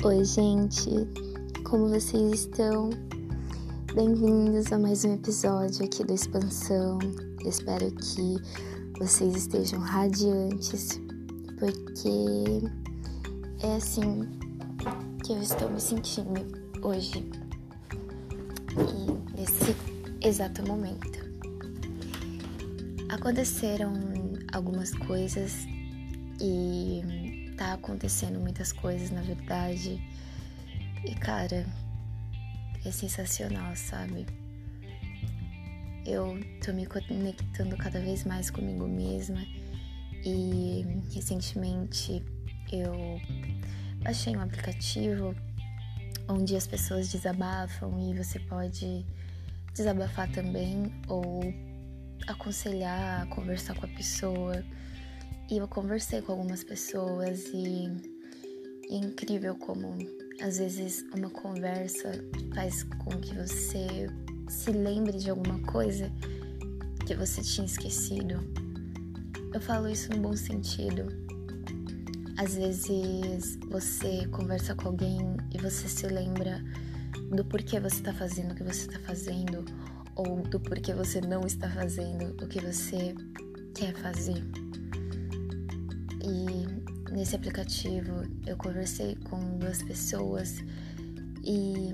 Oi, gente, como vocês estão? Bem-vindos a mais um episódio aqui do Expansão. Eu espero que vocês estejam radiantes, porque é assim que eu estou me sentindo hoje e nesse exato momento. Aconteceram algumas coisas e tá acontecendo muitas coisas, na verdade. E, cara, é sensacional, sabe? Eu tô me conectando cada vez mais comigo mesma. E recentemente eu baixei um aplicativo onde as pessoas desabafam e você pode desabafar também ou aconselhar, conversar com a pessoa. E eu conversei com algumas pessoas e é incrível como às vezes uma conversa faz com que você se lembre de alguma coisa que você tinha esquecido. Eu falo isso no bom sentido. Às vezes você conversa com alguém e você se lembra do porquê você está fazendo o que você está fazendo ou do porquê você não está fazendo o que você quer fazer. E nesse aplicativo eu conversei com duas pessoas e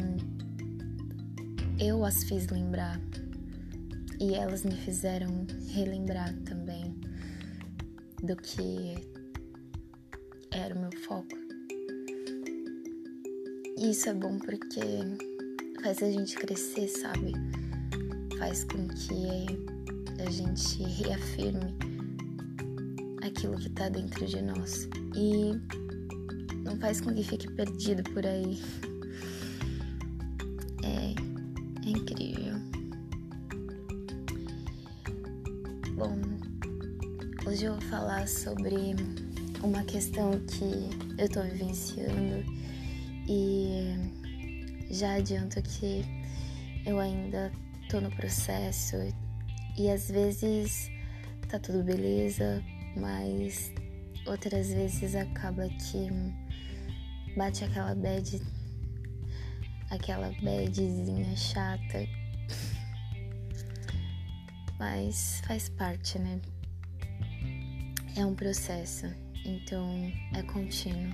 eu as fiz lembrar e elas me fizeram relembrar também do que era o meu foco. E isso é bom porque faz a gente crescer, sabe? Faz com que a gente reafirme aquilo que tá dentro de nós e não faz com que fique perdido por aí. É incrível. Bom, hoje eu vou falar sobre uma questão que eu tô vivenciando e já adianto que eu ainda tô no processo e às vezes tá tudo beleza, mas outras vezes acaba que bate aquela badzinha chata, mas faz parte, né? É um processo, então é contínuo.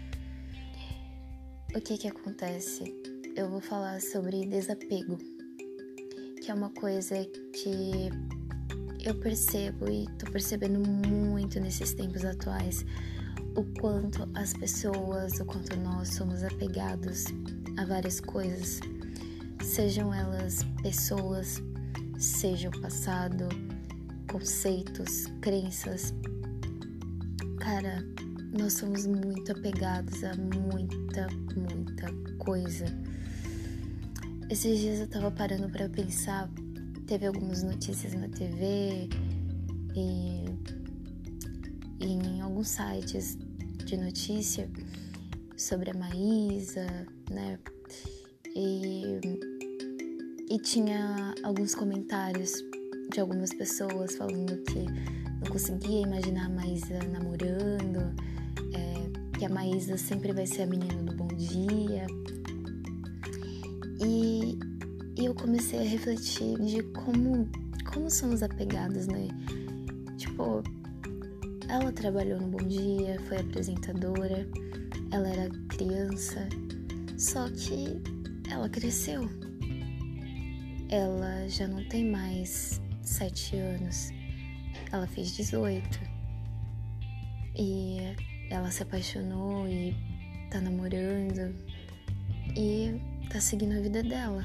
O que acontece? Eu vou falar sobre desapego, que é uma coisa que eu percebo e tô percebendo muito nesses tempos atuais o quanto as pessoas, o quanto nós somos apegados a várias coisas, sejam elas pessoas, seja o passado, conceitos, crenças. Cara, nós somos muito apegados a muita coisa. Esses dias eu tava parando pra pensar. Teve algumas notícias na TV e em alguns sites de notícia sobre a Maísa, né? E tinha alguns comentários de algumas pessoas falando que não conseguia imaginar a Maísa namorando, que a Maísa sempre vai ser a menina do bom dia. E eu comecei a refletir de como somos apegados, né? Tipo, ela trabalhou no Bom Dia, foi apresentadora, ela era criança, só que ela cresceu. Ela já não tem mais 7 anos, ela fez 18. E ela se apaixonou e tá namorando e tá seguindo a vida dela.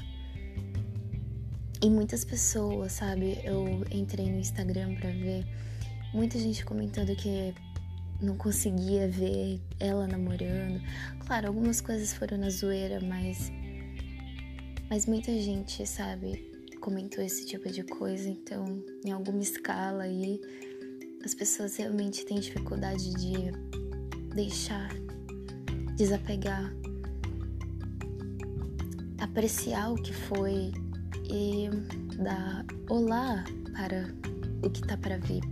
E muitas pessoas, sabe, eu entrei no Instagram pra ver muita gente comentando que não conseguia ver ela namorando. Claro, algumas coisas foram na zoeira, mas muita gente, sabe, comentou esse tipo de coisa. Então, em alguma escala aí, as pessoas realmente têm dificuldade de deixar, desapegar, apreciar o que foi e dar olá para o que tá para vir.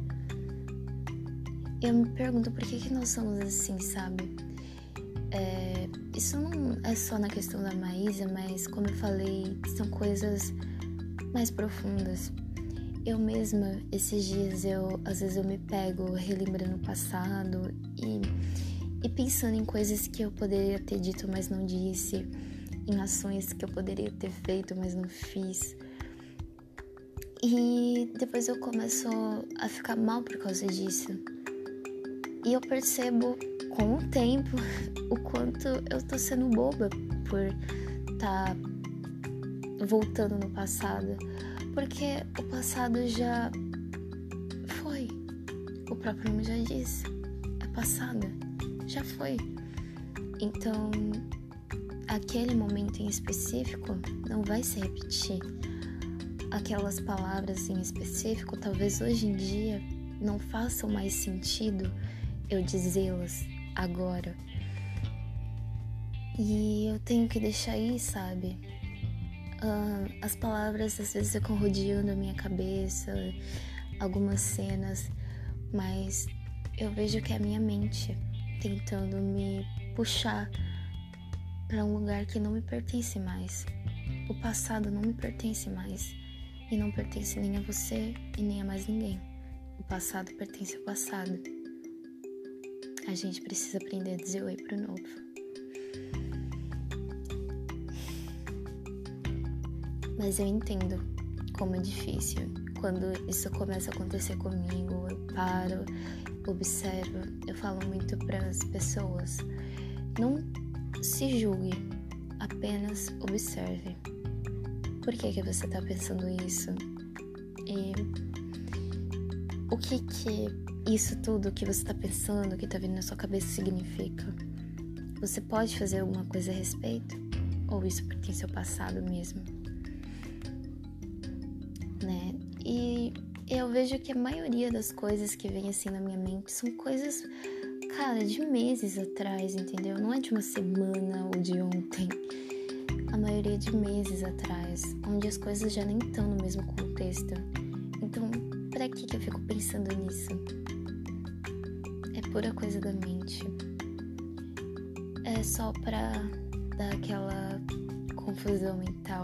Eu me pergunto por que nós somos assim, sabe? isso não é só na questão da Maísa, mas como eu falei, são coisas mais profundas. Eu mesma, esses dias, às vezes eu me pego relembrando o passado e pensando em coisas que eu poderia ter dito, mas não disse, em ações que eu poderia ter feito, mas não fiz. E depois eu começo a ficar mal por causa disso. E eu percebo com o tempo o quanto eu tô sendo boba por tá voltando no passado. Porque o passado já foi. O próprio nome já disse. É passado. Já foi. Então, aquele momento em específico não vai se repetir. Aquelas palavras em específico, talvez hoje em dia não façam mais sentido eu dizê-las agora. E eu tenho que deixar aí, sabe? As palavras às vezes ficam rodeando a minha cabeça, algumas cenas, mas eu vejo que é a minha mente tentando me puxar para um lugar que não me pertence mais. O passado não me pertence mais e não pertence nem a você e nem a mais ninguém. O passado pertence ao passado. A gente precisa aprender a dizer oi pro novo. Mas eu entendo como é difícil. Quando isso começa a acontecer comigo, eu paro, observo. Eu falo muito para as pessoas: não se julgue, apenas observe. Por que você está pensando isso? E o que isso tudo que você está pensando, que está vindo na sua cabeça, significa? Você pode fazer alguma coisa a respeito? Ou isso pertence ao passado mesmo? Né? E eu vejo que a maioria das coisas que vem assim na minha mente são coisas, cara, de meses atrás, entendeu? Não é de uma semana ou de ontem. A maioria de meses atrás, onde as coisas já nem estão no mesmo contexto. Então, pra que eu fico pensando nisso? É pura coisa da mente. É só pra dar aquela confusão mental.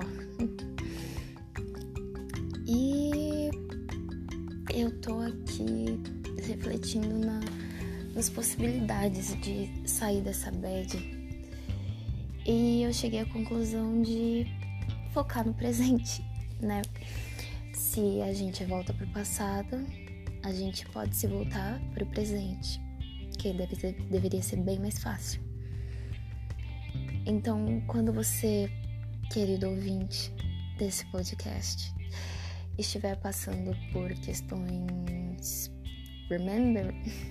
E eu tô aqui refletindo nas possibilidades de sair dessa bad. E eu cheguei à conclusão de focar no presente, né? Se a gente volta pro passado, a gente pode se voltar pro presente, que deveria ser bem mais fácil. Então, quando você, querido ouvinte desse podcast, estiver passando por questões remember,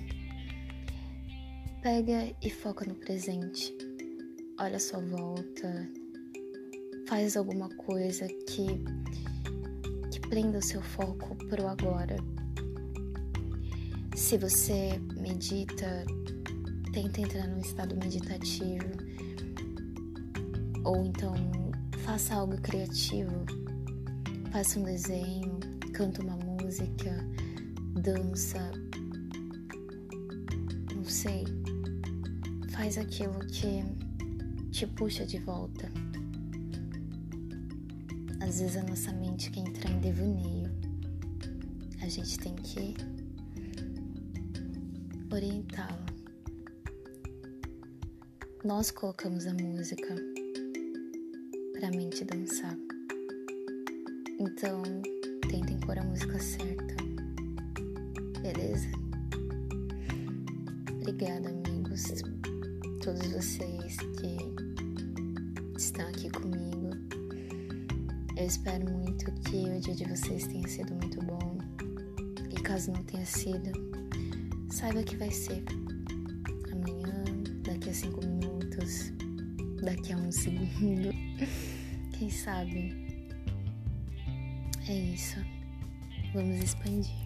pega e foca no presente. Olha a sua volta, faz alguma coisa que prenda o seu foco pro agora. Se você medita, tenta entrar num estado meditativo, ou então faça algo criativo. Faça um desenho, canta uma música, dança, não sei. Faz aquilo que te puxa de volta. Às vezes a nossa mente quer entrar em devaneio. A gente tem que orientá-la. Nós colocamos a música pra mente dançar. Então, tentem pôr a música certa. Beleza? Obrigada, amigos. Todos vocês que estão aqui comigo. Eu espero muito que o dia de vocês tenha sido muito bom. E caso não tenha sido, saiba que vai ser. Amanhã, daqui a 5 minutos, daqui a 1 segundo. Quem sabe? É isso. Vamos expandir.